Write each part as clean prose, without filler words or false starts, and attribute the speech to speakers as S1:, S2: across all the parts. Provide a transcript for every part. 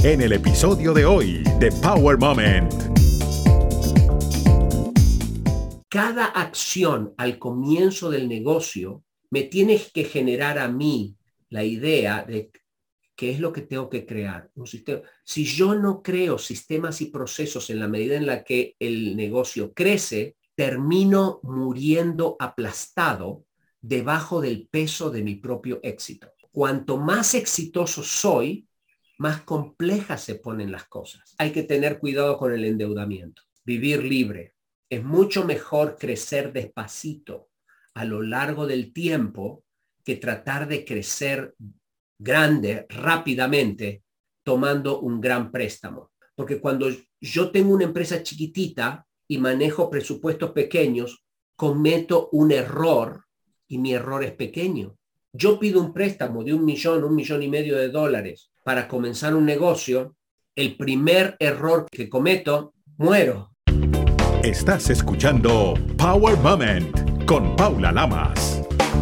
S1: En el episodio de hoy de Power Moment.
S2: Cada acción al comienzo del negocio me tiene que generar a mí la idea de qué es lo que tengo que crear. Un sistema. Si yo no creo sistemas y procesos en la medida en la que el negocio crece, termino muriendo aplastado debajo del peso de mi propio éxito. Cuanto más exitoso soy, más complejas se ponen las cosas. Hay que tener cuidado con el endeudamiento. Vivir libre. Es mucho mejor crecer despacito a lo largo del tiempo que tratar de crecer grande rápidamente tomando un gran préstamo. Porque cuando yo tengo una empresa chiquitita y manejo presupuestos pequeños, cometo un error y mi error es pequeño. Yo pido un préstamo de $1 millón y medio de dólares para comenzar un negocio. El primer error que cometo, muero.
S1: Estás escuchando Power Moment con Paula Lamas.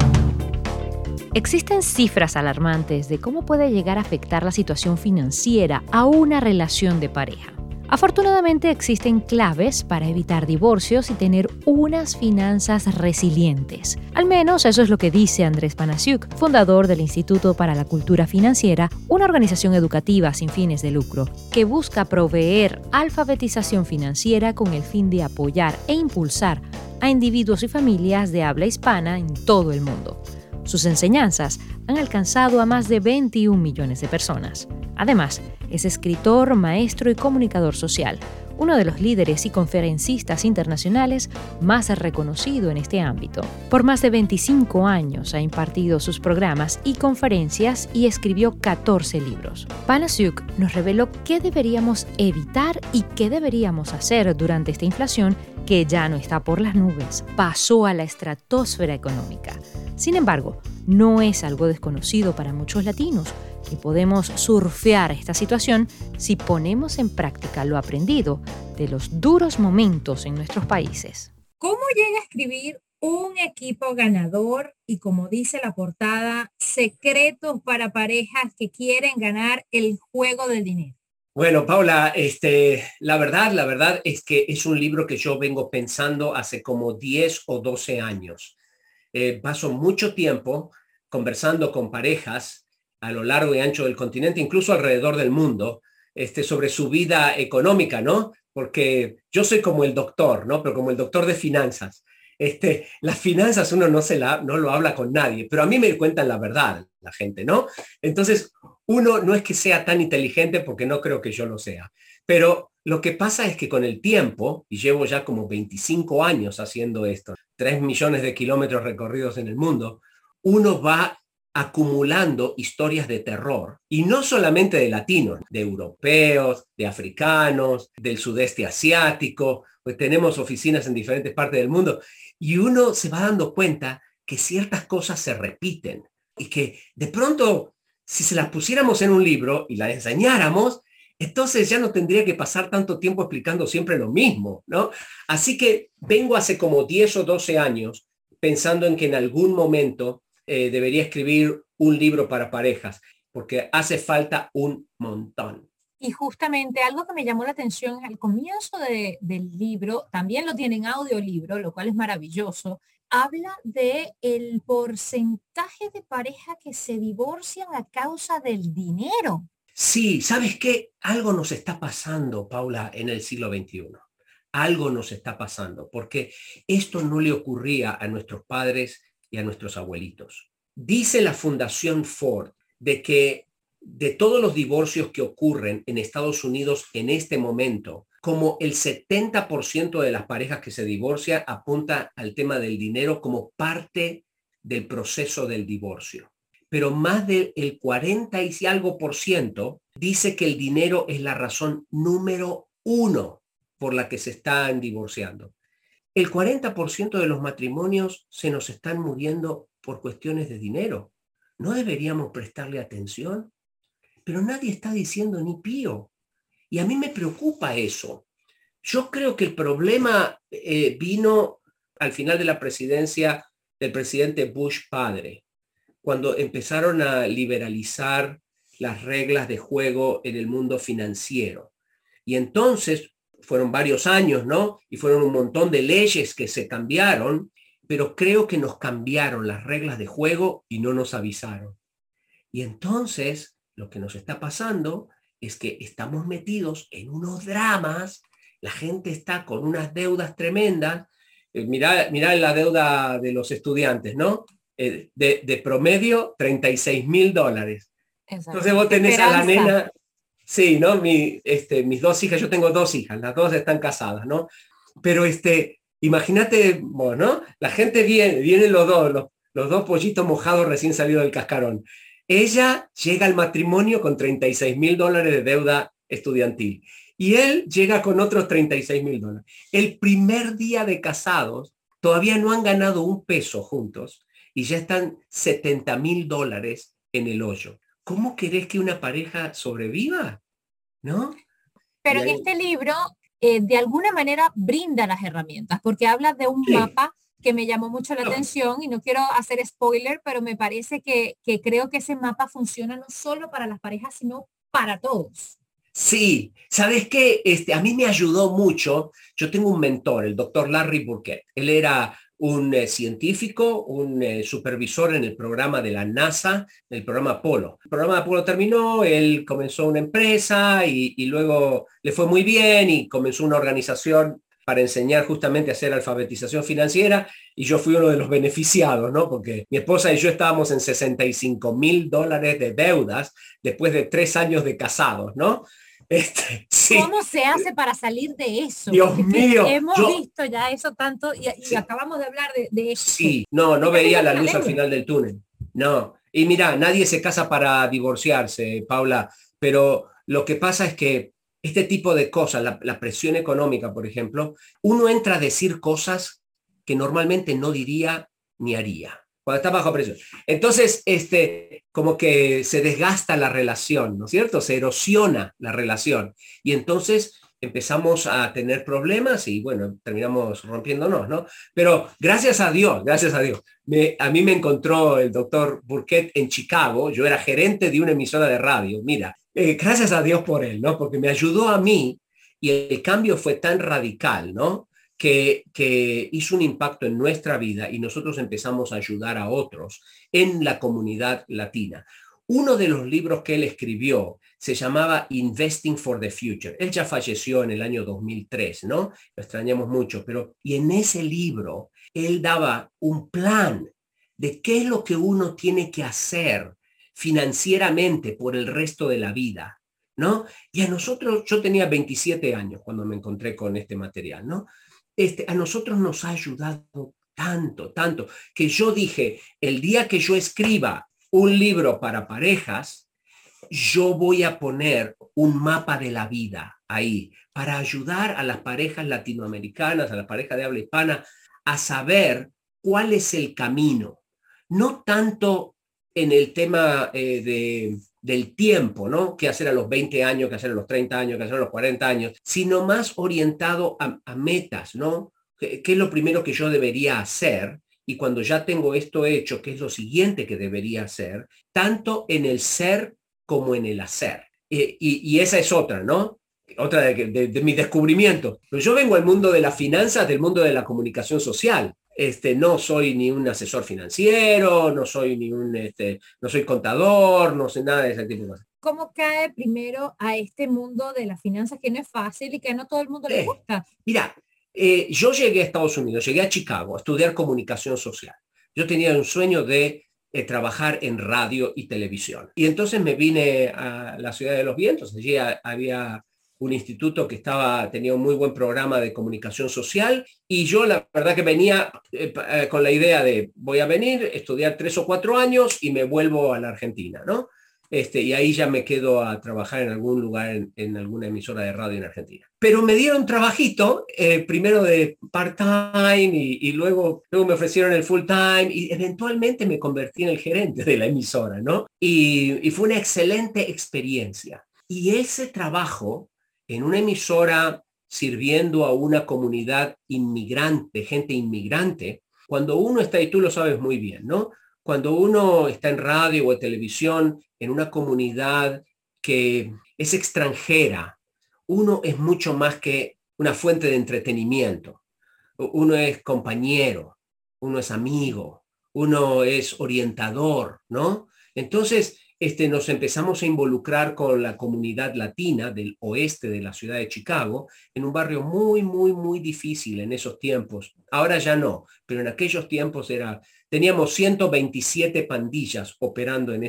S3: Existen cifras alarmantes de cómo puede llegar a afectar la situación financiera a una relación de pareja. Afortunadamente existen claves para evitar divorcios y tener unas finanzas resilientes. Al menos eso es lo que dice Andrés Panasiuk, fundador del Instituto para la Cultura Financiera, una organización educativa sin fines de lucro que busca proveer alfabetización financiera con el fin de apoyar e impulsar a individuos y familias de habla hispana en todo el mundo. Sus enseñanzas han alcanzado a más de 21 millones de personas. Además, es escritor, maestro y comunicador social, uno de los líderes y conferencistas internacionales más reconocido en este ámbito. Por más de 25 años ha impartido sus programas y conferencias y escribió 14 libros. Panasiuk nos reveló qué deberíamos evitar y qué deberíamos hacer durante esta inflación que ya no está por las nubes, pasó a la estratosfera económica. Sin embargo, no es algo desconocido para muchos latinos, que podemos surfear esta situación si ponemos en práctica lo aprendido de los duros momentos en nuestros países.
S4: ¿Cómo llega a escribir un equipo ganador y, como dice la portada, secretos para parejas que quieren ganar el juego del dinero?
S2: Bueno, Paula, la verdad es que es un libro que yo vengo pensando hace como 10 o 12 años. Paso mucho tiempo conversando con parejas a lo largo y ancho del continente, incluso alrededor del mundo, sobre su vida económica, ¿no? Porque yo soy como el doctor, ¿no? Pero como el doctor de finanzas. Las finanzas uno no lo habla con nadie, pero a mí me cuentan la verdad, la gente, ¿no? Entonces, uno no es que sea tan inteligente porque no creo que yo lo sea, pero lo que pasa es que con el tiempo, y llevo ya como 25 años haciendo esto, 3 millones de kilómetros recorridos en el mundo, uno va acumulando historias de terror, y no solamente de latinos, de europeos, de africanos, del sudeste asiático, pues tenemos oficinas en diferentes partes del mundo, y uno se va dando cuenta que ciertas cosas se repiten, y que de pronto, si se las pusiéramos en un libro y las enseñáramos, entonces ya no tendría que pasar tanto tiempo explicando siempre lo mismo, ¿no? Así que vengo hace como 10 o 12 años pensando en que en algún momento debería escribir un libro para parejas, porque hace falta un montón.
S4: Y justamente algo que me llamó la atención al comienzo del libro, también lo tiene en audiolibro, lo cual es maravilloso, habla de el porcentaje de parejas que se divorcian a causa del dinero.
S2: Sí, ¿sabes qué? Algo nos está pasando, Paula, en el siglo XXI. Algo nos está pasando, porque esto no le ocurría a nuestros padres y a nuestros abuelitos. Dice la Fundación Ford de que de todos los divorcios que ocurren en Estados Unidos en este momento, como el 70% de las parejas que se divorcian apunta al tema del dinero como parte del proceso del divorcio. Pero más del 40 y algo por ciento dice que el dinero es la razón número 1 por la que se están divorciando. El 40% de los matrimonios se nos están muriendo por cuestiones de dinero. ¿No deberíamos prestarle atención? Pero nadie está diciendo ni pío. Y a mí me preocupa eso. Yo creo que el problema vino al final de la presidencia del presidente Bush padre, cuando empezaron a liberalizar las reglas de juego en el mundo financiero. Y entonces fueron varios años, ¿no? Y fueron un montón de leyes que se cambiaron, pero creo que nos cambiaron las reglas de juego y no nos avisaron. Y entonces lo que nos está pasando es que estamos metidos en unos dramas, la gente está con unas deudas tremendas. Mirá la deuda de los estudiantes, ¿no? De promedio, $36,000. Entonces vos tenés a la nena, sí, ¿no? Mis dos hijas, yo tengo dos hijas, las dos están casadas, ¿no? Pero imagínate vos, ¿no? La gente vienen los dos pollitos mojados recién salidos del cascarón. Ella llega al matrimonio con $36,000 de deuda estudiantil y él llega con otros $36,000. El primer día de casados todavía no han ganado un peso juntos y ya están $70,000 en el hoyo. ¿Cómo querés que una pareja sobreviva? ¿No?
S4: Pero en este libro, de alguna manera brinda las herramientas, porque habla de un mapa que me llamó mucho la atención y no quiero hacer spoiler, pero me parece que creo que ese mapa funciona no solo para las parejas, sino para todos.
S2: Sí, ¿sabes qué? A mí me ayudó mucho. Yo tengo un mentor, el doctor Larry Burkett. Él era un científico, un supervisor en el programa de la NASA, el programa Apolo. El programa Apolo terminó, él comenzó una empresa y luego le fue muy bien y comenzó una organización para enseñar justamente a hacer alfabetización financiera y yo fui uno de los beneficiados, ¿no? Porque mi esposa y yo estábamos en $65,000 de deudas después de 3 años de casados, ¿no?
S4: Sí. ¿Cómo se hace para salir de eso?
S2: Dios mío.
S4: Hemos visto ya eso tanto y acabamos de hablar de eso.
S2: Sí, no veía la luz al final del túnel. No. Y mira, nadie se casa para divorciarse, Paula, pero lo que pasa es que este tipo de cosas, la presión económica, por ejemplo, uno entra a decir cosas que normalmente no diría ni haría cuando está bajo presión. Entonces, como que se desgasta la relación, ¿no es cierto? Se erosiona la relación. Y entonces empezamos a tener problemas y, bueno, terminamos rompiéndonos, ¿no? Pero gracias a Dios, a mí me encontró el doctor Burkett en Chicago. Yo era gerente de una emisora de radio. Mira, gracias a Dios por él, ¿no? Porque me ayudó a mí y el cambio fue tan radical, ¿no? Que hizo un impacto en nuestra vida y nosotros empezamos a ayudar a otros en la comunidad latina. Uno de los libros que él escribió se llamaba Investing for the Future. Él ya falleció en el año 2003, ¿no? Lo extrañamos mucho, y en ese libro él daba un plan de qué es lo que uno tiene que hacer financieramente por el resto de la vida, ¿no? Y a nosotros, yo tenía 27 años cuando me encontré con este material, ¿no? A nosotros nos ha ayudado tanto, que yo dije, el día que yo escriba un libro para parejas, yo voy a poner un mapa de la vida ahí para ayudar a las parejas latinoamericanas, a las parejas de habla hispana, a saber cuál es el camino. No tanto en el tema del tiempo, ¿no? Qué hacer a los 20 años, qué hacer a los 30 años, qué hacer a los 40 años, sino más orientado a metas, ¿no? ¿Qué es lo primero que yo debería hacer? Y cuando ya tengo esto hecho, ¿qué es lo siguiente que debería hacer? Tanto en el ser como en el hacer. Y esa es otra, ¿no? Otra de mis descubrimientos. Pero yo vengo al mundo de las finanzas, del mundo de la comunicación social. No soy ni un asesor financiero, no soy no soy contador, no sé nada de ese tipo de cosas.
S4: ¿Cómo cae primero a este mundo de las finanzas que no es fácil y que no todo el mundo le gusta?
S2: Mira, yo llegué a Estados Unidos, llegué a Chicago a estudiar comunicación social. Yo tenía un sueño de trabajar en radio y televisión. Y entonces me vine a la Ciudad de los Vientos. Allí había un instituto que tenía un muy buen programa de comunicación social y yo la verdad que venía con la idea de voy a venir, estudiar 3 o 4 años y me vuelvo a la Argentina, ¿no? Y ahí ya me quedo a trabajar en algún lugar, en alguna emisora de radio en Argentina. Pero me dieron trabajito, primero de part-time y luego me ofrecieron el full-time y eventualmente me convertí en el gerente de la emisora, ¿no? Y fue una excelente experiencia. Y ese trabajo en una emisora sirviendo a una comunidad inmigrante, gente inmigrante, cuando uno está, y tú lo sabes muy bien, ¿no? cuando uno está en radio o en televisión, en una comunidad que es extranjera, uno es mucho más que una fuente de entretenimiento. Uno es compañero, uno es amigo, uno es orientador, ¿no? Entonces, nos empezamos a involucrar con la comunidad latina del oeste de la ciudad de Chicago, en un barrio muy, muy, muy difícil en esos tiempos. Ahora ya no, pero en aquellos tiempos teníamos 127 pandillas operando en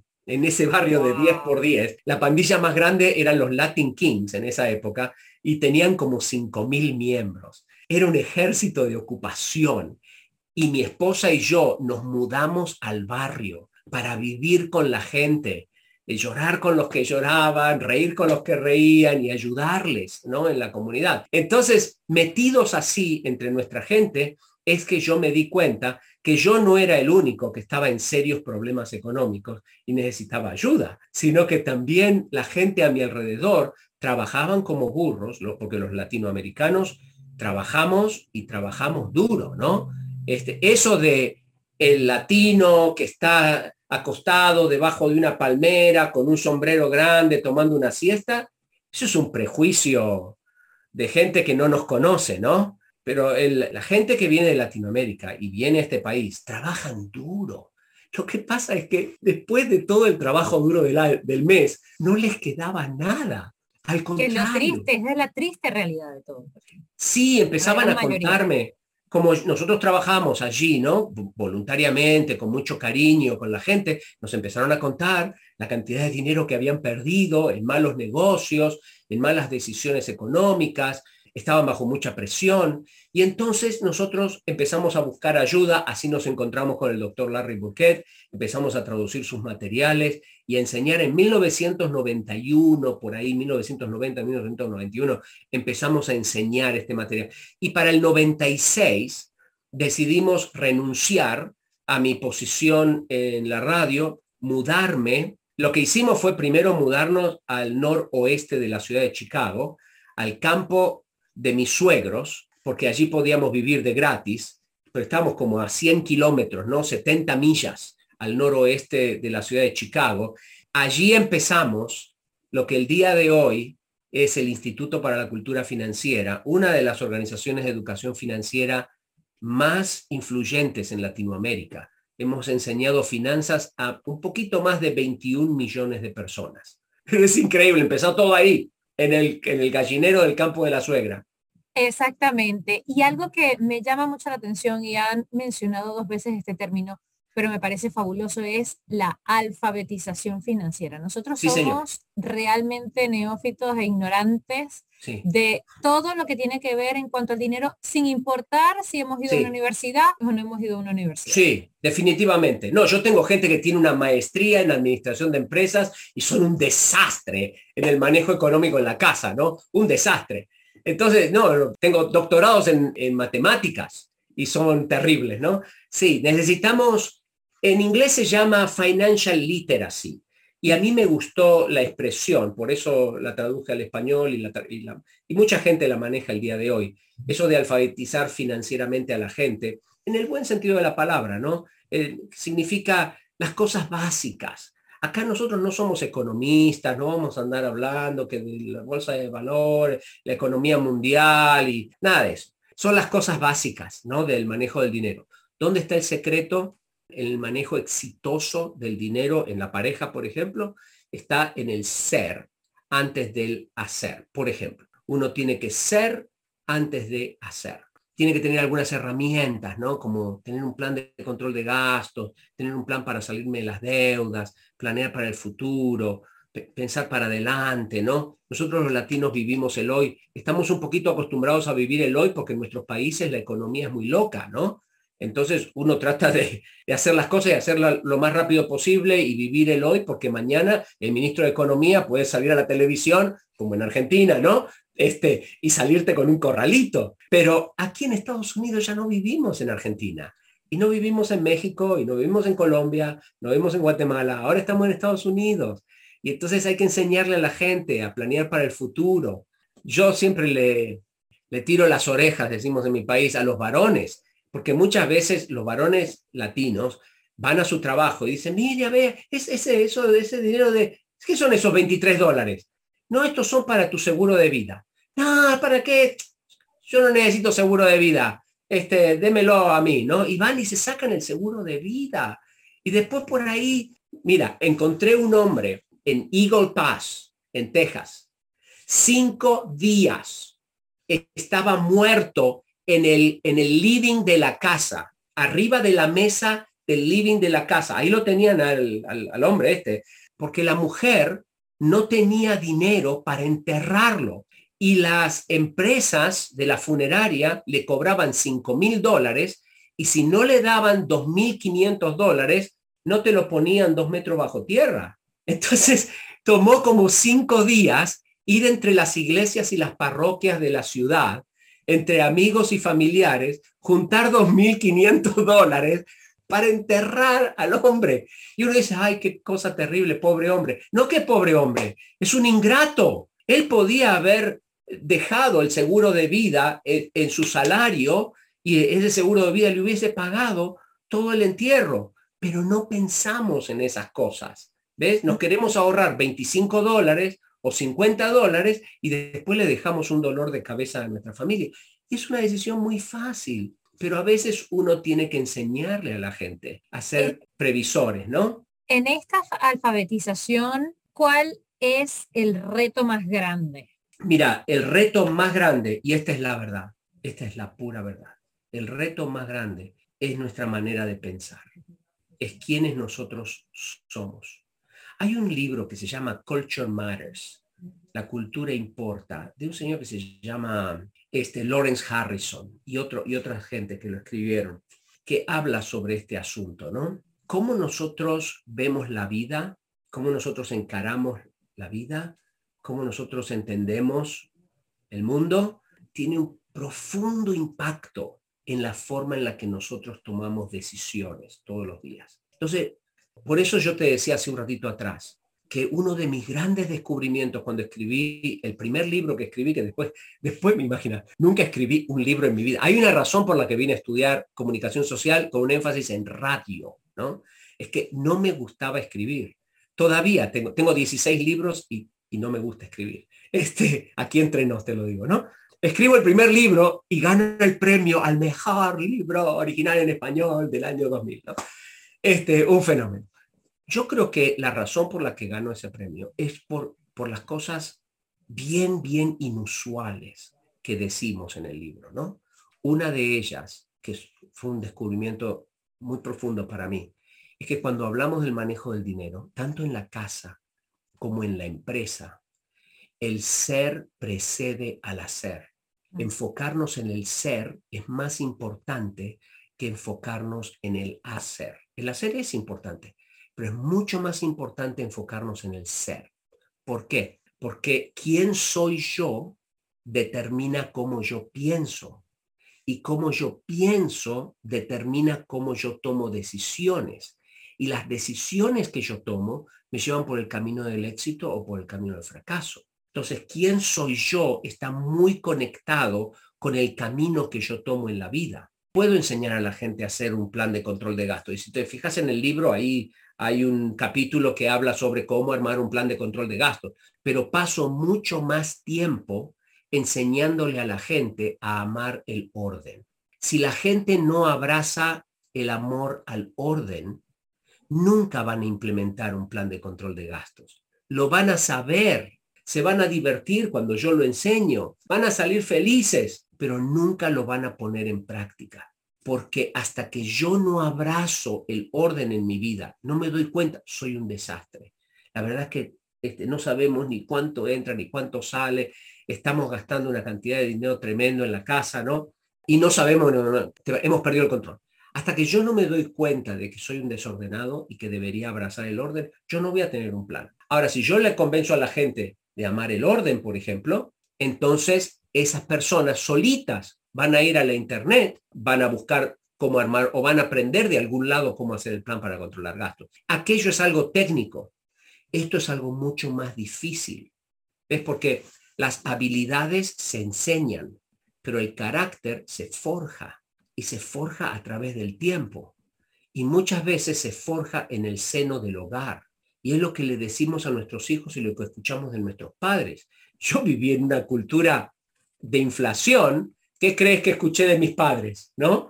S2: ese barrio de 10 por 10. La pandilla más grande eran los Latin Kings en esa época y tenían como 5.000 miembros. Era un ejército de ocupación y mi esposa y yo nos mudamos al barrio para vivir con la gente, llorar con los que lloraban, reír con los que reían y ayudarles, ¿no? En la comunidad. Entonces, metidos así entre nuestra gente, es que yo me di cuenta que yo no era el único que estaba en serios problemas económicos y necesitaba ayuda, sino que también la gente a mi alrededor trabajaban como burros, ¿no? Porque los latinoamericanos trabajamos y trabajamos duro, ¿no? Eso de el latino que está acostado debajo de una palmera con un sombrero grande tomando una siesta, eso es un prejuicio de gente que no nos conoce, ¿no? Pero la gente que viene de Latinoamérica y viene a este país, trabajan duro. Lo que pasa es que después de todo el trabajo duro del mes, no les quedaba nada. Al contrario.
S4: Que lo triste, es la triste realidad de todo.
S2: Sí, empezaban a contarme, como nosotros trabajábamos allí, ¿no? Voluntariamente, con mucho cariño con la gente, nos empezaron a contar la cantidad de dinero que habían perdido en malos negocios, en malas decisiones económicas, estaban bajo mucha presión. Y entonces nosotros empezamos a buscar ayuda, así nos encontramos con el doctor Larry Burkett, empezamos a traducir sus materiales y a enseñar en 1991, por ahí, 1990, 1991, empezamos a enseñar este material. Y para el 96 decidimos renunciar a mi posición en la radio, mudarme. Lo que hicimos fue primero mudarnos al noroeste de la ciudad de Chicago, al campo de mis suegros, porque allí podíamos vivir de gratis, pero estábamos como a 100 kilómetros, ¿no? 70 millas al noroeste de la ciudad de Chicago. Allí empezamos lo que el día de hoy es el Instituto para la Cultura Financiera, una de las organizaciones de educación financiera más influyentes en Latinoamérica. Hemos enseñado finanzas a un poquito más de 21 millones de personas. Es increíble, empezó todo ahí, en el gallinero del campo de la suegra.
S4: Exactamente. Y algo que me llama mucho la atención, y han mencionado 2 veces este término, pero me parece fabuloso, es la alfabetización financiera. Nosotros somos realmente neófitos e ignorantes de todo lo que tiene que ver en cuanto al dinero, sin importar si hemos ido a una universidad o no hemos ido a una universidad.
S2: Sí, definitivamente. No, yo tengo gente que tiene una maestría en administración de empresas y son un desastre en el manejo económico en la casa, ¿no? Un desastre. Entonces, no, tengo doctorados en matemáticas y son terribles, ¿no? Sí, necesitamos, en inglés se llama financial literacy, y a mí me gustó la expresión, por eso la traduje al español y mucha gente la maneja el día de hoy, eso de alfabetizar financieramente a la gente, en el buen sentido de la palabra, ¿no? Significa las cosas básicas. Acá nosotros no somos economistas, no vamos a andar hablando que de la bolsa de valores, la economía mundial y nada de eso. Son las cosas básicas, ¿no? Del manejo del dinero. ¿Dónde está el secreto? El manejo exitoso del dinero en la pareja, por ejemplo, está en el ser antes del hacer. Por ejemplo, uno tiene que ser antes de hacer. Tiene que tener algunas herramientas, ¿no? Como tener un plan de control de gastos, tener un plan para salirme de las deudas, planear para el futuro, pensar para adelante, ¿no? Nosotros los latinos vivimos el hoy. Estamos un poquito acostumbrados a vivir el hoy porque en nuestros países la economía es muy loca, ¿no? Entonces uno trata de hacer las cosas y hacerlas lo más rápido posible y vivir el hoy porque mañana el ministro de Economía puede salir a la televisión, como en Argentina, ¿no? Y salirte con un corralito. Pero aquí en Estados Unidos ya no vivimos en Argentina. Y no vivimos en México, y no vivimos en Colombia, no vivimos en Guatemala. Ahora estamos en Estados Unidos. Y entonces hay que enseñarle a la gente a planear para el futuro. Yo siempre le tiro las orejas, decimos en mi país, a los varones. Porque muchas veces los varones latinos van a su trabajo y dicen, mire, a ver, ese dinero ¿qué son esos $23? No, estos son para tu seguro de vida. No, ¿para qué? Yo no necesito seguro de vida. Démelo a mí, ¿no? Y van y se sacan el seguro de vida. Y después por ahí, mira, encontré un hombre en Eagle Pass, en Texas. 5 días estaba muerto en el living de la casa, arriba de la mesa del living de la casa. Ahí lo tenían al hombre porque la mujer no tenía dinero para enterrarlo. Y las empresas de la funeraria le cobraban $5,000 y si no le daban $2,500, no te lo ponían 2 metros bajo tierra. Entonces tomó como 5 días ir entre las iglesias y las parroquias de la ciudad, entre amigos y familiares, juntar $2,500 para enterrar al hombre. Y uno dice, ay, qué cosa terrible, pobre hombre. No, qué pobre hombre, es un ingrato. Él podía haber dejado el seguro de vida en su salario y ese seguro de vida le hubiese pagado todo el entierro, pero no pensamos en esas cosas. ¿Ves? Nos queremos ahorrar $25 o $50 y después le dejamos un dolor de cabeza a nuestra familia. Es una decisión muy fácil, pero a veces uno tiene que enseñarle a la gente a ser previsores, ¿no?
S4: En esta alfabetización, ¿cuál es el reto más grande?
S2: Mira, el reto más grande, y esta es la verdad, esta es la pura verdad, el reto más grande es nuestra manera de pensar, es quienes nosotros somos. Hay un libro que se llama Culture Matters, La cultura importa, de un señor que se llama Lawrence Harrison y otra gente que lo escribieron, que habla sobre este asunto, ¿no? Cómo nosotros vemos la vida, cómo nosotros encaramos la vida, cómo nosotros entendemos el mundo, tiene un profundo impacto en la forma en la que nosotros tomamos decisiones todos los días. Entonces, por eso yo te decía hace un ratito atrás, que uno de mis grandes descubrimientos cuando escribí el primer libro que escribí, que después me imagino, nunca escribí un libro en mi vida. Hay una razón por la que vine a estudiar comunicación social con un énfasis en radio, ¿no? Es que no me gustaba escribir. Todavía tengo 16 libros y no me gusta escribir. Aquí entre nos te lo digo, ¿no? Escribo el primer libro y gano el premio al mejor libro original en español del año 2000, ¿no? Un fenómeno. Yo creo que la razón por la que gano ese premio es por las cosas bien inusuales que decimos en el libro, ¿no? Una de ellas, que fue un descubrimiento muy profundo para mí, es que cuando hablamos del manejo del dinero, tanto en la casa como en la empresa, el ser precede al hacer. Enfocarnos en el ser es más importante que enfocarnos en el hacer. El hacer es importante, pero es mucho más importante enfocarnos en el ser. ¿Por qué? Porque quién soy yo determina cómo yo pienso. Y cómo yo pienso determina cómo yo tomo decisiones. Y las decisiones que yo tomo me llevan por el camino del éxito o por el camino del fracaso. Entonces, quién soy yo está muy conectado con el camino que yo tomo en la vida. Puedo enseñar a la gente a hacer un plan de control de gasto. Y si te fijas en el libro, ahí hay un capítulo que habla sobre cómo armar un plan de control de gasto. Pero paso mucho más tiempo enseñándole a la gente a amar el orden. Si la gente no abraza el amor al orden, nunca van a implementar un plan de control de gastos. Lo van a saber, se van a divertir cuando yo lo enseño, van a salir felices, pero nunca lo van a poner en práctica. Porque hasta que yo no abrazo el orden en mi vida, no me doy cuenta, soy un desastre. La verdad es que no sabemos ni cuánto entra ni cuánto sale. Estamos gastando una cantidad de dinero tremendo en la casa, ¿no? Y no sabemos, hemos perdido el control. Hasta que yo no me doy cuenta de que soy un desordenado y que debería abrazar el orden, yo no voy a tener un plan. Ahora, si yo le convenzo a la gente de amar el orden, por ejemplo, entonces esas personas solitas van a ir a la internet, van a buscar cómo armar o van a aprender de algún lado cómo hacer el plan para controlar gastos. Aquello es algo técnico. Esto es algo mucho más difícil. Es porque las habilidades se enseñan, pero el carácter se forja y se forja a través del tiempo. y muchas veces se forja en el seno del hogar. Y es lo que le decimos a nuestros hijos y lo que escuchamos de nuestros padres. Yo viví en una cultura de inflación. ¿Qué crees que escuché de mis padres? ¿No?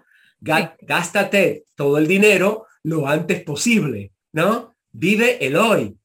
S2: Gástate todo el dinero lo antes posible, ¿no? Vive el hoy.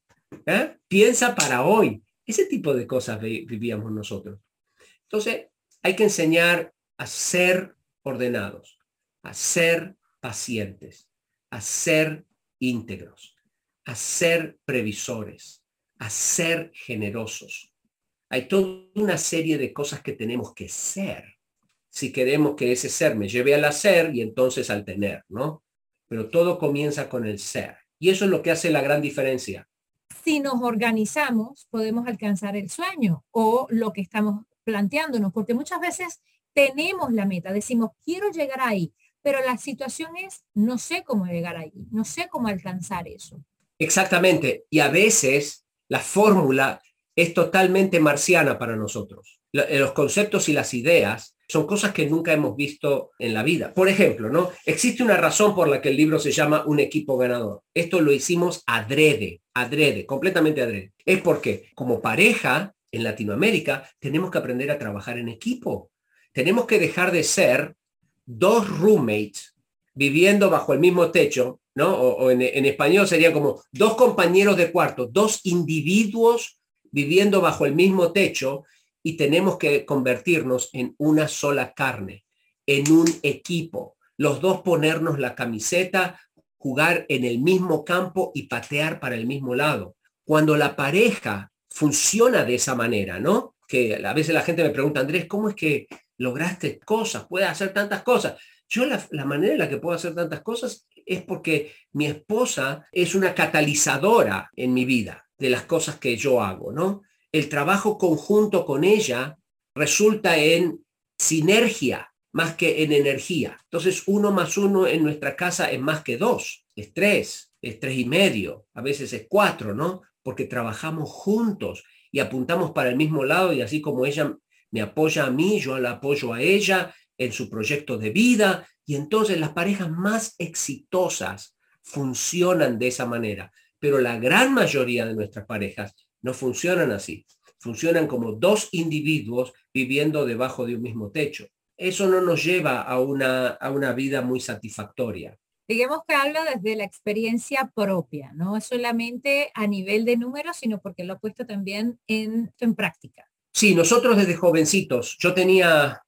S2: Piensa para hoy. Ese tipo de cosas vivíamos nosotros. Entonces, hay que enseñar a ser ordenados, a ser pacientes, a ser íntegros, a ser previsores, a ser generosos. Hay toda una serie de cosas que tenemos que ser si queremos que ese ser me lleve al hacer y entonces al tener, ¿no? Pero todo comienza con el ser. Y eso es lo que hace la gran diferencia.
S4: Si nos organizamos, podemos alcanzar el sueño o lo que estamos planteándonos, porque muchas veces tenemos la meta, decimos, quiero llegar ahí, pero la situación es, no sé cómo llegar ahí, no sé cómo alcanzar eso.
S2: Exactamente. Y a veces la fórmula es totalmente marciana para nosotros. Los conceptos y las ideas son cosas que nunca hemos visto en la vida. Por ejemplo, ¿no? Existe una razón por la que el libro se llama Un equipo ganador. Esto lo hicimos adrede, completamente adrede. Es porque como pareja en Latinoamérica tenemos que aprender a trabajar en equipo. Tenemos que dejar de ser dos roommates viviendo bajo el mismo techo, ¿no? O en español serían como dos compañeros de cuarto, dos individuos viviendo bajo el mismo techo, y tenemos que convertirnos en una sola carne, en un equipo. Los dos ponernos la camiseta, jugar en el mismo campo y patear para el mismo lado. Cuando la pareja funciona de esa manera, ¿no? Que a veces la gente me pregunta, Andrés, ¿cómo es que lograste cosas? ¿Puedes hacer tantas cosas? Yo la manera en la que puedo hacer tantas cosas es porque mi esposa es una catalizadora en mi vida de las cosas que yo hago, ¿no? El trabajo conjunto con ella resulta en sinergia más que en energía. Entonces, 1 más 1 en nuestra casa es más que 2, es 3, es 3,5, a veces es 4, ¿no? Porque trabajamos juntos y apuntamos para el mismo lado, y así como ella me apoya a mí, yo la apoyo a ella en su proyecto de vida, y entonces las parejas más exitosas funcionan de esa manera. Pero la gran mayoría de nuestras parejas no funcionan así. Funcionan como dos individuos viviendo debajo de un mismo techo. Eso no nos lleva a una vida muy satisfactoria.
S4: Digamos que hablo desde la experiencia propia, no es solamente a nivel de números, sino porque lo he puesto también en práctica.
S2: Sí, nosotros desde jovencitos, yo tenía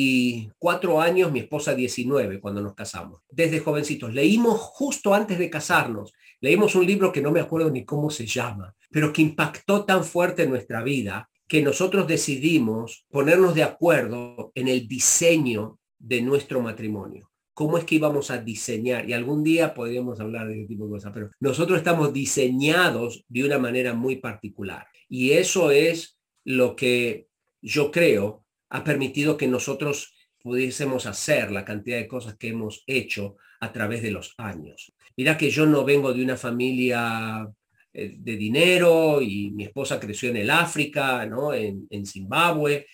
S2: 24 años, mi esposa 19 cuando nos casamos. Desde jovencitos, leímos justo antes de casarnos, leímos un libro que no me acuerdo ni cómo se llama, pero que impactó tan fuerte en nuestra vida que nosotros decidimos ponernos de acuerdo en el diseño de nuestro matrimonio. ¿Cómo es que íbamos a diseñar? Y algún día podríamos hablar de ese tipo de cosas, pero nosotros estamos diseñados de una manera muy particular. Y eso es lo que yo creo ha permitido que nosotros pudiésemos hacer la cantidad de cosas que hemos hecho a través de los años. Mira que yo no vengo de una familia de dinero, y mi esposa creció en el África, ¿no? En Zimbabue.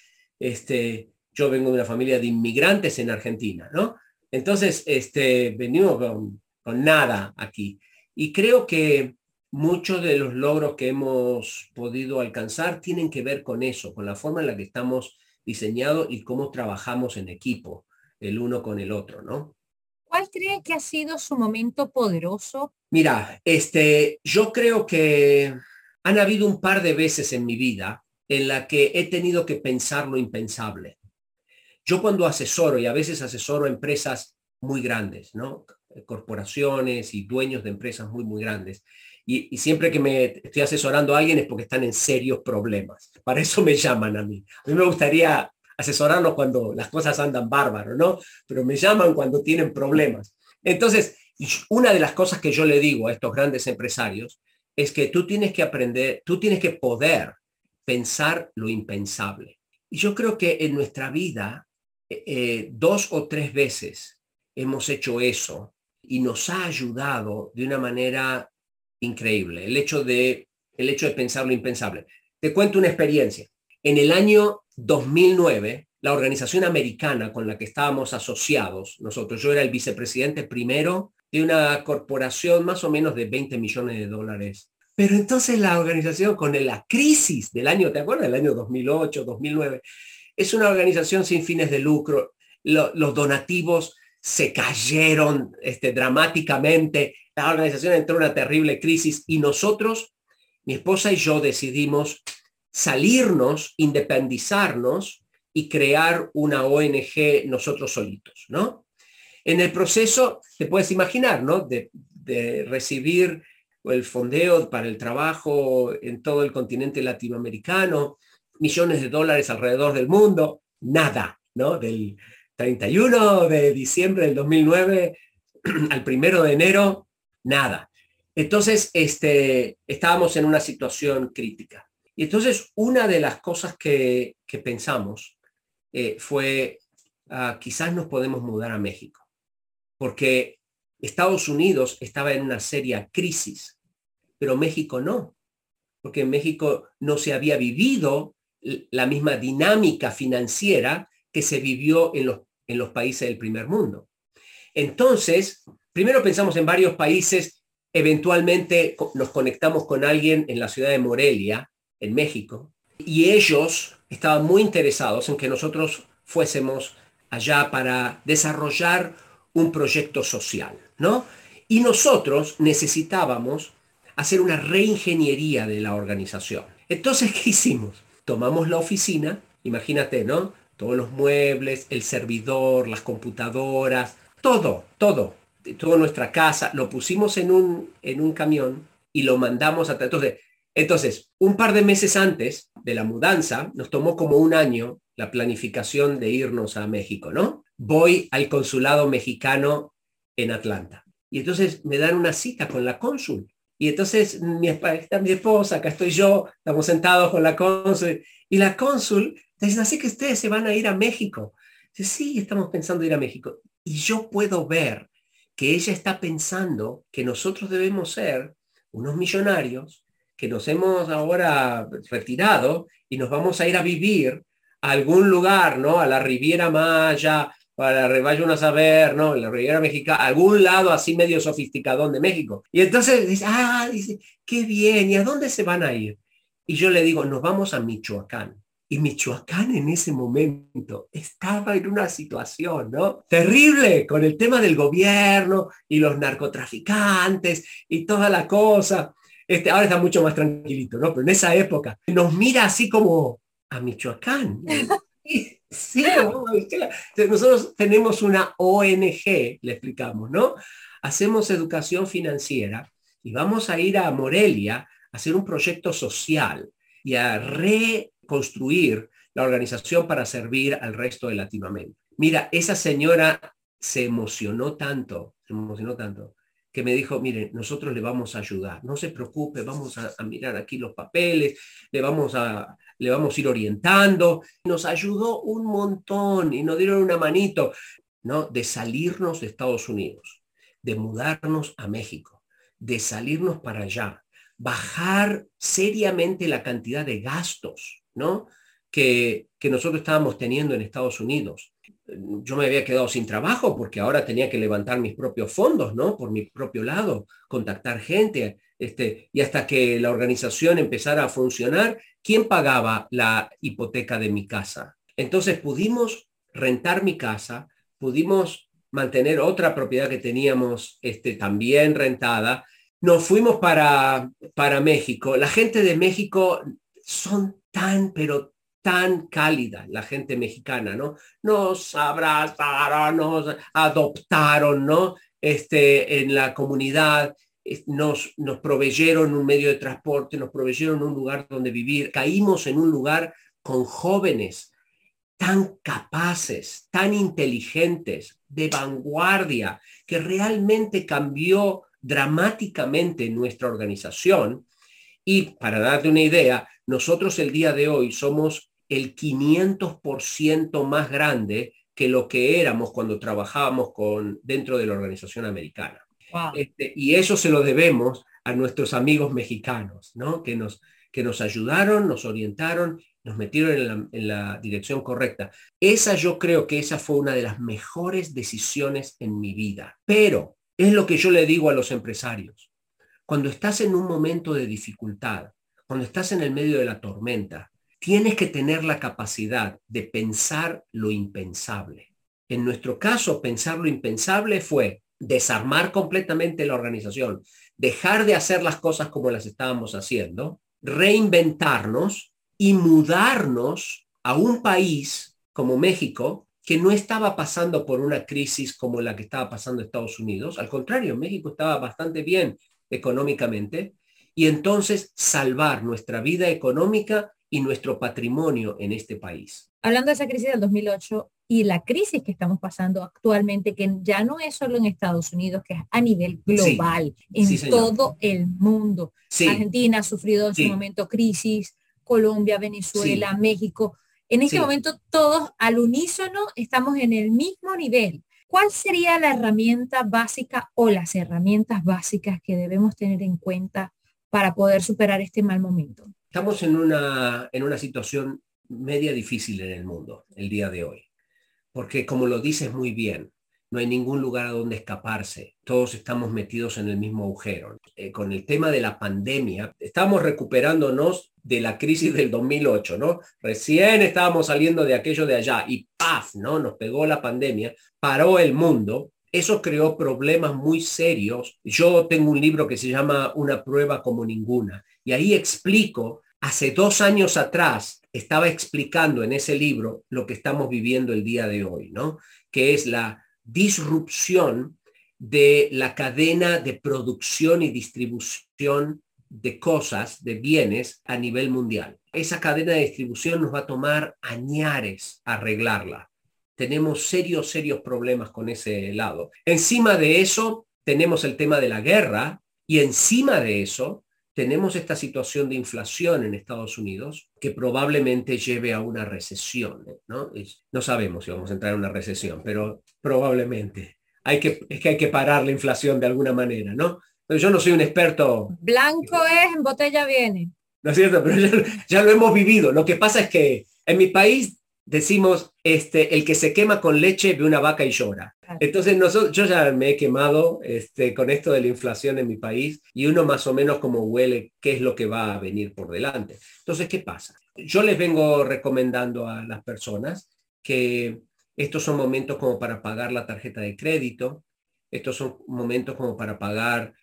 S2: Yo vengo de una familia de inmigrantes en Argentina, ¿no? Entonces, venimos con nada aquí. Y creo que muchos de los logros que hemos podido alcanzar tienen que ver con eso, con la forma en la que estamos diseñados y cómo trabajamos en equipo, el uno con el otro, ¿no?
S4: ¿Cuál cree que ha sido su momento poderoso?
S2: Mira, yo creo que han habido un par de veces en mi vida en la que he tenido que pensar lo impensable. Yo cuando asesoro, y a veces asesoro a empresas muy grandes, ¿no? Corporaciones y dueños de empresas muy, muy grandes. Y siempre que me estoy asesorando a alguien es porque están en serios problemas. Para eso me llaman a mí. A mí me gustaría asesorarlos cuando las cosas andan bárbaro, ¿no? Pero me llaman cuando tienen problemas. Entonces, una de las cosas que yo le digo a estos grandes empresarios es que tú tienes que aprender, tú tienes que poder pensar lo impensable. Y yo creo que en nuestra vida, 2 o 3 veces hemos hecho eso y nos ha ayudado de una manera increíble. El hecho de pensar lo impensable. Te cuento una experiencia. En el año 2009, la organización americana con la que estábamos asociados, nosotros, yo era el vicepresidente primero de una corporación más o menos de 20 millones de dólares. Pero entonces la organización, con la crisis del año, ¿te acuerdas? Del año 2008, 2009, es una organización sin fines de lucro. Los donativos se cayeron dramáticamente. La organización entró en una terrible crisis y nosotros, mi esposa y yo, decidimos salirnos, independizarnos y crear una ONG nosotros solitos, ¿no? En el proceso, te puedes imaginar, ¿no? De recibir el fondeo para el trabajo en todo el continente latinoamericano, millones de dólares alrededor del mundo, nada, ¿no? Del 31 de diciembre del 2009 al 1 de enero, nada. Entonces, estábamos en una situación crítica. Y entonces, una de las cosas que pensamos fue, quizás nos podemos mudar a México, porque Estados Unidos estaba en una seria crisis, pero México no, porque en México no se había vivido la misma dinámica financiera que se vivió en los países del primer mundo. Entonces, primero pensamos en varios países, eventualmente nos conectamos con alguien en la ciudad de Morelia, en México, y ellos estaban muy interesados en que nosotros fuésemos allá para desarrollar un proyecto social, ¿no? Y nosotros necesitábamos hacer una reingeniería de la organización. Entonces, ¿qué hicimos? Tomamos la oficina, imagínate, ¿no? Todos los muebles, el servidor, las computadoras, toda nuestra casa, lo pusimos en un camión y lo mandamos hasta... Entonces, un par de meses antes de la mudanza, nos tomó como un año la planificación de irnos a México, ¿no? Voy al consulado mexicano en Atlanta. Y entonces me dan una cita con la cónsul. Y entonces mi esposa, acá estoy yo, estamos sentados con la cónsul. Y la cónsul dice, así que ustedes se van a ir a México. Dice, sí, estamos pensando ir a México. Y yo puedo ver que ella está pensando que nosotros debemos ser unos millonarios que nos hemos ahora retirado y nos vamos a ir a vivir a algún lugar, ¿no? A la Riviera Maya, vaya uno a saber, ¿no? En la Riviera Mexicana, algún lado así medio sofisticadón de México. Y entonces dice, qué bien, ¿y a dónde se van a ir? Y yo le digo, nos vamos a Michoacán. Y Michoacán en ese momento estaba en una situación, ¿no? Terrible, con el tema del gobierno y los narcotraficantes y toda la cosa. Ahora está mucho más tranquilito, ¿no? Pero en esa época nos mira así como a Michoacán. Sí, no, nosotros tenemos una ONG, le explicamos, ¿no? Hacemos educación financiera y vamos a ir a Morelia a hacer un proyecto social y a reconstruir la organización para servir al resto de Latinoamérica. Mira, esa señora se emocionó tanto, que me dijo, miren, nosotros le vamos a ayudar, no se preocupe, vamos a mirar aquí los papeles, le vamos a ir orientando. Nos ayudó un montón y nos dieron una manito, ¿no? De salirnos de Estados Unidos, de mudarnos a México, de salirnos para allá, bajar seriamente la cantidad de gastos, ¿no? que nosotros estábamos teniendo en Estados Unidos. Yo me había quedado sin trabajo porque ahora tenía que levantar mis propios fondos, ¿no? Por mi propio lado, contactar gente, y hasta que la organización empezara a funcionar, ¿quién pagaba la hipoteca de mi casa? Entonces pudimos rentar mi casa, pudimos mantener otra propiedad que teníamos también rentada. Nos fuimos para México. La gente de México son pero tan cálida, la gente mexicana, ¿no? Nos abrazaron, nos adoptaron, ¿no? En la comunidad, nos proveyeron un medio de transporte, nos proveyeron un lugar donde vivir. Caímos en un lugar con jóvenes tan capaces, tan inteligentes, de vanguardia, que realmente cambió dramáticamente nuestra organización. Y para darte una idea, nosotros el día de hoy somos el 500% más grande que lo que éramos cuando trabajábamos dentro de la organización americana.
S4: Wow.
S2: Y eso se lo debemos a nuestros amigos mexicanos, ¿no? Que nos ayudaron, nos orientaron, nos metieron en la dirección correcta. Yo creo que esa fue una de las mejores decisiones en mi vida. Pero Es lo que yo le digo a los empresarios. Cuando estás en un momento de dificultad, cuando estás en el medio de la tormenta, tienes que tener la capacidad de pensar lo impensable. En nuestro caso, pensar lo impensable fue desarmar completamente la organización, dejar de hacer las cosas como las estábamos haciendo, reinventarnos y mudarnos a un país como México, que no estaba pasando por una crisis como la que estaba pasando Estados Unidos. Al contrario, México estaba bastante bien económicamente, y entonces salvar nuestra vida económica y nuestro patrimonio en este país.
S4: Hablando de esa crisis del 2008 y la crisis que estamos pasando actualmente, que ya no es solo en Estados Unidos, que es a nivel global, sí, en todo el mundo. Sí. Argentina ha sufrido en su momento crisis, Colombia, Venezuela, México. En este momento todos al unísono estamos en el mismo nivel. ¿Cuál sería la herramienta básica o las herramientas básicas que debemos tener en cuenta para poder superar este mal momento?
S2: Estamos en una situación media difícil en el mundo el día de hoy, porque como lo dices muy bien, no hay ningún lugar a donde escaparse. Todos estamos metidos en el mismo agujero. Con el tema de la pandemia, estamos recuperándonos de la crisis del 2008, ¿no? Recién estábamos saliendo de aquello de allá y ¡paf!, ¿no? Nos pegó la pandemia, paró el mundo. Eso creó problemas muy serios. Yo tengo un libro que se llama Una prueba como ninguna, y ahí explico, hace 2 años atrás, estaba explicando en ese libro lo que estamos viviendo el día de hoy, ¿no? Que es la disrupción de la cadena de producción y distribución de cosas, de bienes a nivel mundial. Esa cadena de distribución nos va a tomar añares arreglarla. Tenemos serios problemas con ese lado. Encima de eso, tenemos el tema de la guerra, y encima de eso, tenemos esta situación de inflación en Estados Unidos que probablemente lleve a una recesión, ¿no? No sabemos si vamos a entrar en una recesión, pero probablemente. Hay que parar la inflación de alguna manera, ¿no? Pero yo no soy un experto.
S4: Blanco es, en botella viene.
S2: ¿No es cierto? Pero ya lo hemos vivido. Lo que pasa es que en mi país decimos, el que se quema con leche ve una vaca y llora. Entonces yo ya me he quemado con esto de la inflación en mi país, y uno más o menos como huele qué es lo que va a venir por delante. Entonces, ¿qué pasa? Yo les vengo recomendando a las personas que estos son momentos como para pagar la tarjeta de crédito, estos son momentos como para pagar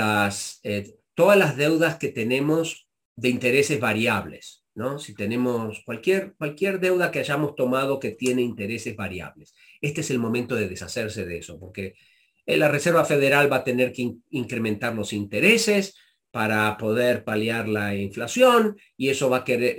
S2: todas las deudas que tenemos de intereses variables, ¿no? Si tenemos cualquier deuda que hayamos tomado que tiene intereses variables, este es el momento de deshacerse de eso, porque la Reserva Federal va a tener que incrementar los intereses para poder paliar la inflación, y eso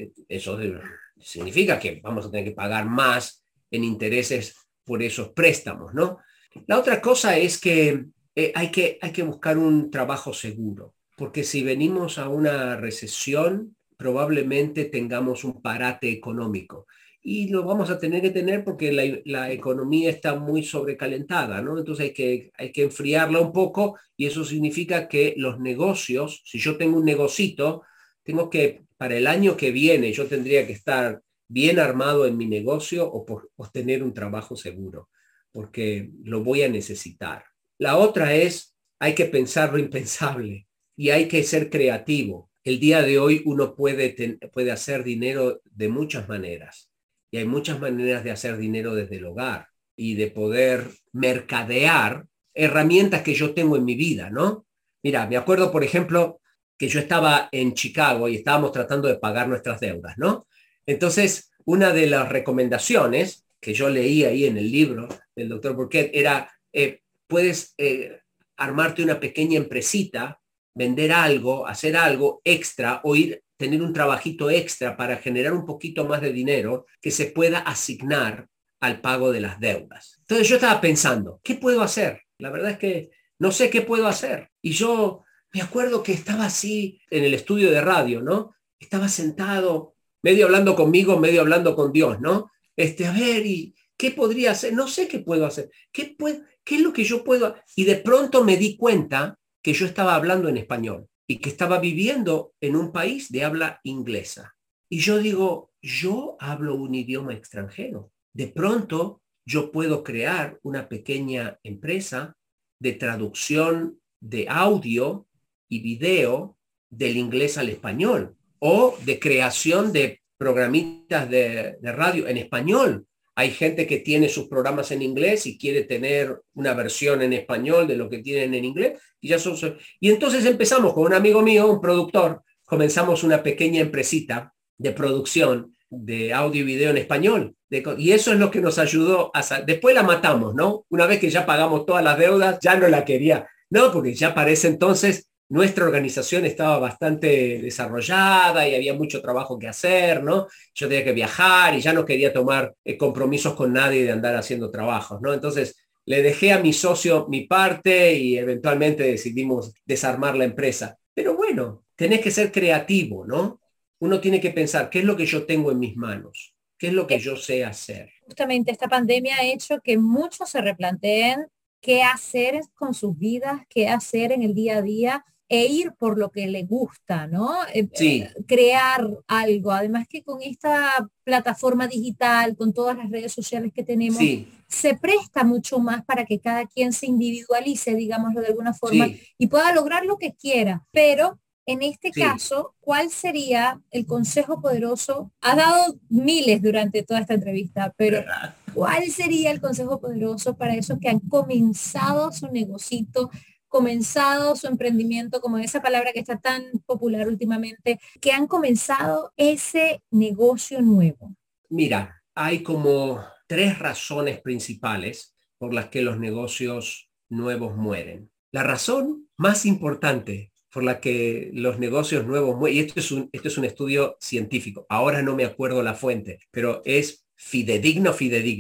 S2: significa que vamos a tener que pagar más en intereses por esos préstamos, ¿no? La otra cosa es que hay que buscar un trabajo seguro, porque si venimos a una recesión, probablemente tengamos un parate económico, y lo vamos a tener que tener porque la economía está muy sobrecalentada, ¿no? Entonces hay que enfriarla un poco, y eso significa que los negocios, si yo tengo un negocito, para el año que viene, yo tendría que estar bien armado en mi negocio o tener un trabajo seguro, porque lo voy a necesitar. La otra es, hay que pensar lo impensable y hay que ser creativo. El día de hoy uno puede hacer dinero de muchas maneras, y hay muchas maneras de hacer dinero desde el hogar y de poder mercadear herramientas que yo tengo en mi vida, ¿no? Mira, me acuerdo, por ejemplo, que yo estaba en Chicago y estábamos tratando de pagar nuestras deudas, ¿no? Entonces, una de las recomendaciones que yo leí ahí en el libro del Dr. Burkett era, puedes armarte una pequeña empresita, vender algo, hacer algo extra, o tener un trabajito extra para generar un poquito más de dinero que se pueda asignar al pago de las deudas. Entonces yo estaba pensando, ¿qué puedo hacer? La verdad es que no sé qué puedo hacer. Y yo me acuerdo que estaba así en el estudio de radio, ¿no? Estaba sentado, medio hablando conmigo, medio hablando con Dios, ¿no? A ver, ¿y qué podría hacer? No sé qué puedo hacer. ¿Qué es lo que yo puedo? Y de pronto me di cuenta que yo estaba hablando en español y que estaba viviendo en un país de habla inglesa. Y yo digo, yo hablo un idioma extranjero. De pronto yo puedo crear una pequeña empresa de traducción de audio y video del inglés al español, o de creación de programitas de radio en español. Hay gente que tiene sus programas en inglés y quiere tener una versión en español de lo que tienen en inglés. Y entonces empezamos con un amigo mío, un productor, comenzamos una pequeña empresita de producción de audio y video en español. Y eso es lo que nos ayudó después la matamos, ¿no? Una vez que ya pagamos todas las deudas, ya no la quería. No, porque ya para ese entonces nuestra organización estaba bastante desarrollada y había mucho trabajo que hacer, ¿no? Yo tenía que viajar y ya no quería tomar compromisos con nadie de andar haciendo trabajos, ¿no? Entonces le dejé a mi socio mi parte y eventualmente decidimos desarmar la empresa. Pero bueno, tenés que ser creativo, ¿no? Uno tiene que pensar, ¿qué es lo que yo tengo en mis manos? ¿Qué es lo que yo sé hacer?
S4: Justamente esta pandemia ha hecho que muchos se replanteen qué hacer con sus vidas, qué hacer en el día a día, e ir por lo que le gusta, ¿no?
S2: Sí.
S4: Crear algo. Además que con esta plataforma digital, con todas las redes sociales que tenemos,
S2: sí,
S4: se presta mucho más para que cada quien se individualice, digámoslo de alguna forma,
S2: sí,
S4: y pueda lograr lo que quiera. Pero en este
S2: sí.
S4: caso, ¿cuál sería el consejo poderoso? Has dado miles durante toda esta entrevista, pero ¿cuál sería el consejo poderoso para esos que han comenzado su negocito, comenzado su emprendimiento, como esa palabra que está tan popular últimamente, que han comenzado ese negocio nuevo?
S2: Mira, hay como 3 razones principales por las que los negocios nuevos mueren. La razón más importante por la que los negocios nuevos mueren, y esto es un estudio científico, ahora no me acuerdo la fuente, pero es fidedigno.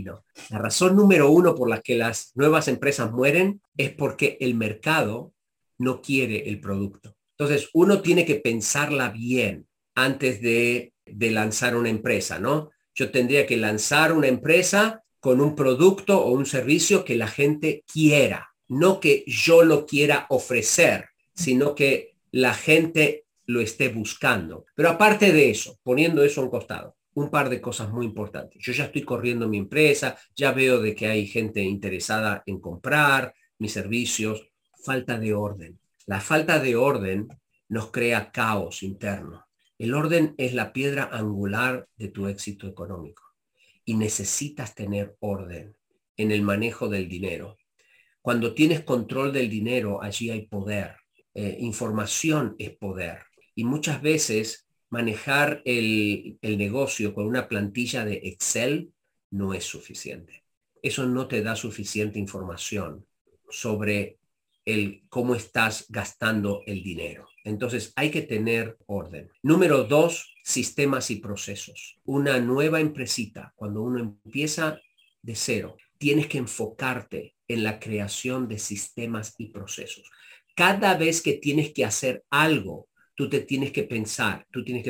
S2: La razón número 1 por la que las nuevas empresas mueren es porque el mercado no quiere el producto. Entonces, uno tiene que pensarla bien antes de lanzar una empresa, ¿no? Yo tendría que lanzar una empresa con un producto o un servicio que la gente quiera, no que yo lo quiera ofrecer, sino que la gente lo esté buscando. Pero aparte de eso, poniendo eso a un costado, un par de cosas muy importantes. Yo ya estoy corriendo mi empresa, ya veo de que hay gente interesada en comprar mis servicios. Falta de orden. La falta de orden nos crea caos interno. El orden es la piedra angular de tu éxito económico y necesitas tener orden en el manejo del dinero. Cuando tienes control del dinero, allí hay poder. Información es poder. Y muchas veces manejar el negocio con una plantilla de Excel no es suficiente. Eso no te da suficiente información sobre cómo estás gastando el dinero. Entonces hay que tener orden. Número 2, sistemas y procesos. Una nueva empresita, cuando uno empieza de cero, tienes que enfocarte en la creación de sistemas y procesos. Cada vez que tienes que hacer algo, tú tienes que pensar,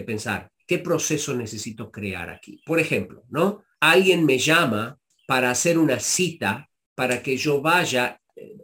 S2: ¿qué proceso necesito crear aquí? Por ejemplo, ¿no? Alguien me llama para hacer una cita para que yo vaya,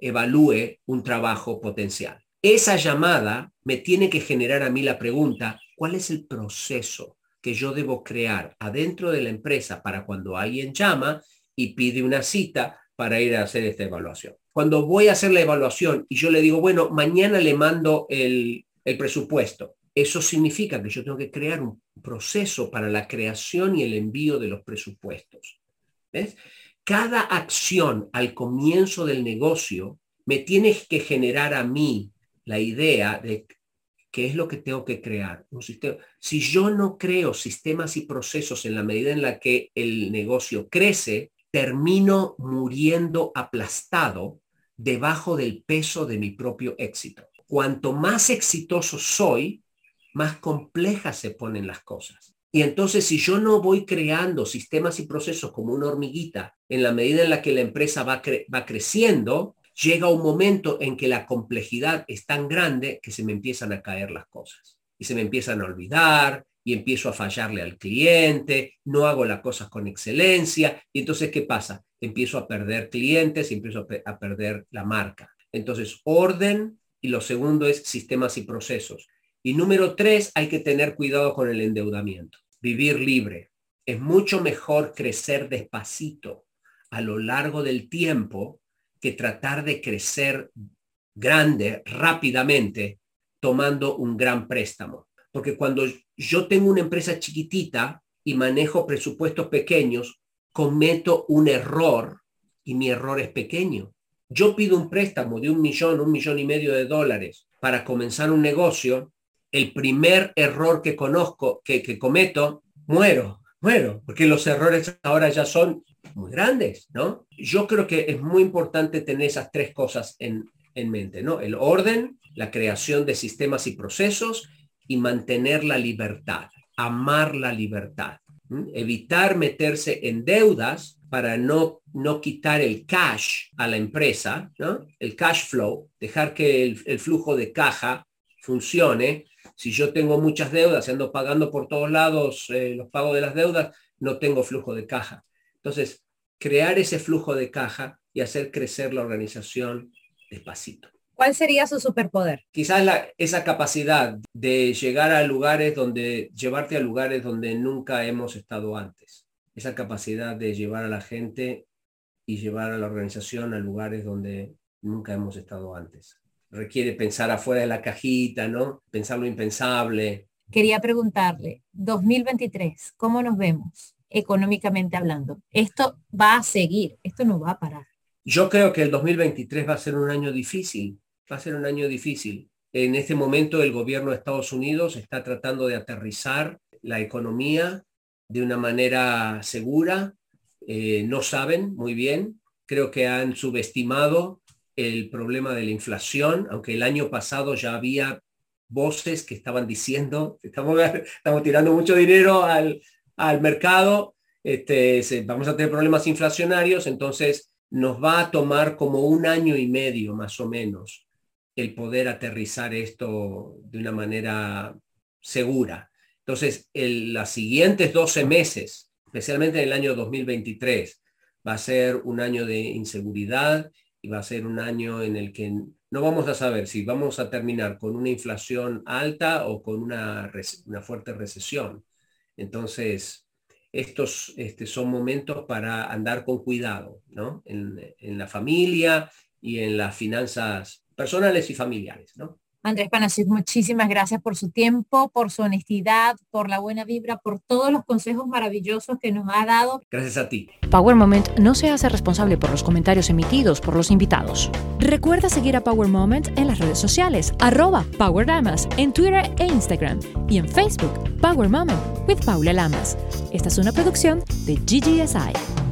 S2: evalúe un trabajo potencial. Esa llamada me tiene que generar a mí la pregunta, ¿cuál es el proceso que yo debo crear adentro de la empresa para cuando alguien llama y pide una cita para ir a hacer esta evaluación? Cuando voy a hacer la evaluación y yo le digo, bueno, mañana le mando el presupuesto, eso significa que yo tengo que crear un proceso para la creación y el envío de los presupuestos. ¿Ves? Cada acción al comienzo del negocio me tiene que generar a mí la idea de qué es lo que tengo que crear. Un sistema. Si yo no creo sistemas y procesos en la medida en la que el negocio crece, termino muriendo aplastado debajo del peso de mi propio éxito. Cuanto más exitoso soy, más complejas se ponen las cosas. Y entonces, si yo no voy creando sistemas y procesos como una hormiguita, en la medida en la que la empresa va creciendo, llega un momento en que la complejidad es tan grande que se me empiezan a caer las cosas. Y se me empiezan a olvidar, y empiezo a fallarle al cliente, no hago las cosas con excelencia, y entonces, ¿qué pasa? Empiezo a perder clientes y empiezo a perder la marca. Entonces, orden, y lo segundo es sistemas y procesos. Y número 3, hay que tener cuidado con el endeudamiento. Vivir libre. Es mucho mejor crecer despacito a lo largo del tiempo que tratar de crecer grande, rápidamente, tomando un gran préstamo. Porque cuando yo tengo una empresa chiquitita y manejo presupuestos pequeños, cometo un error y mi error es pequeño. Yo pido un préstamo de $1 millón, $1,5 millones para comenzar un negocio. El primer error que cometo, muero, porque los errores ahora ya son muy grandes, ¿no? Yo creo que es muy importante tener esas tres cosas en mente, ¿no? El orden, la creación de sistemas y procesos y mantener la libertad, amar la libertad. Evitar meterse en deudas para no quitar el cash a la empresa, ¿no? El cash flow, dejar que el flujo de caja funcione. Si yo tengo muchas deudas y ando pagando por todos lados los pagos de las deudas, no tengo flujo de caja. Entonces, crear ese flujo de caja y hacer crecer la organización despacito.
S4: ¿Cuál sería su superpoder?
S2: Quizás esa capacidad de llevarte a lugares donde nunca hemos estado antes. Esa capacidad de llevar a la gente y llevar a la organización a lugares donde nunca hemos estado antes. Requiere pensar afuera de la cajita, ¿no? Pensar lo impensable.
S4: Quería preguntarle, 2023, ¿cómo nos vemos económicamente hablando? Esto va a seguir, esto no va a parar.
S2: Yo creo que el 2023 va a ser un año difícil. En este momento el gobierno de Estados Unidos está tratando de aterrizar la economía de una manera segura. No saben muy bien. Creo que han subestimado el problema de la inflación, aunque el año pasado ya había voces que estaban diciendo, estamos tirando mucho dinero al mercado, vamos a tener problemas inflacionarios, entonces nos va a tomar como 1 año y medio más o menos el poder aterrizar esto de una manera segura. Entonces, los siguientes 12 meses, especialmente en el año 2023, va a ser un año de inseguridad y va a ser un año en el que no vamos a saber si vamos a terminar con una inflación alta o con una fuerte recesión. Entonces, estos son momentos para andar con cuidado, ¿no? En la familia y en las finanzas personales y familiares, ¿no?
S4: Andrés Panasiuk, muchísimas gracias por su tiempo, por su honestidad, por la buena vibra, por todos los consejos maravillosos que nos ha dado.
S2: Gracias a ti.
S3: Power Moment no se hace responsable por los comentarios emitidos por los invitados. Recuerda seguir a Power Moment en las redes sociales, @PowerLamas, en Twitter e Instagram, y en Facebook, Power Moment with Paula Lamas. Esta es una producción de GGSI.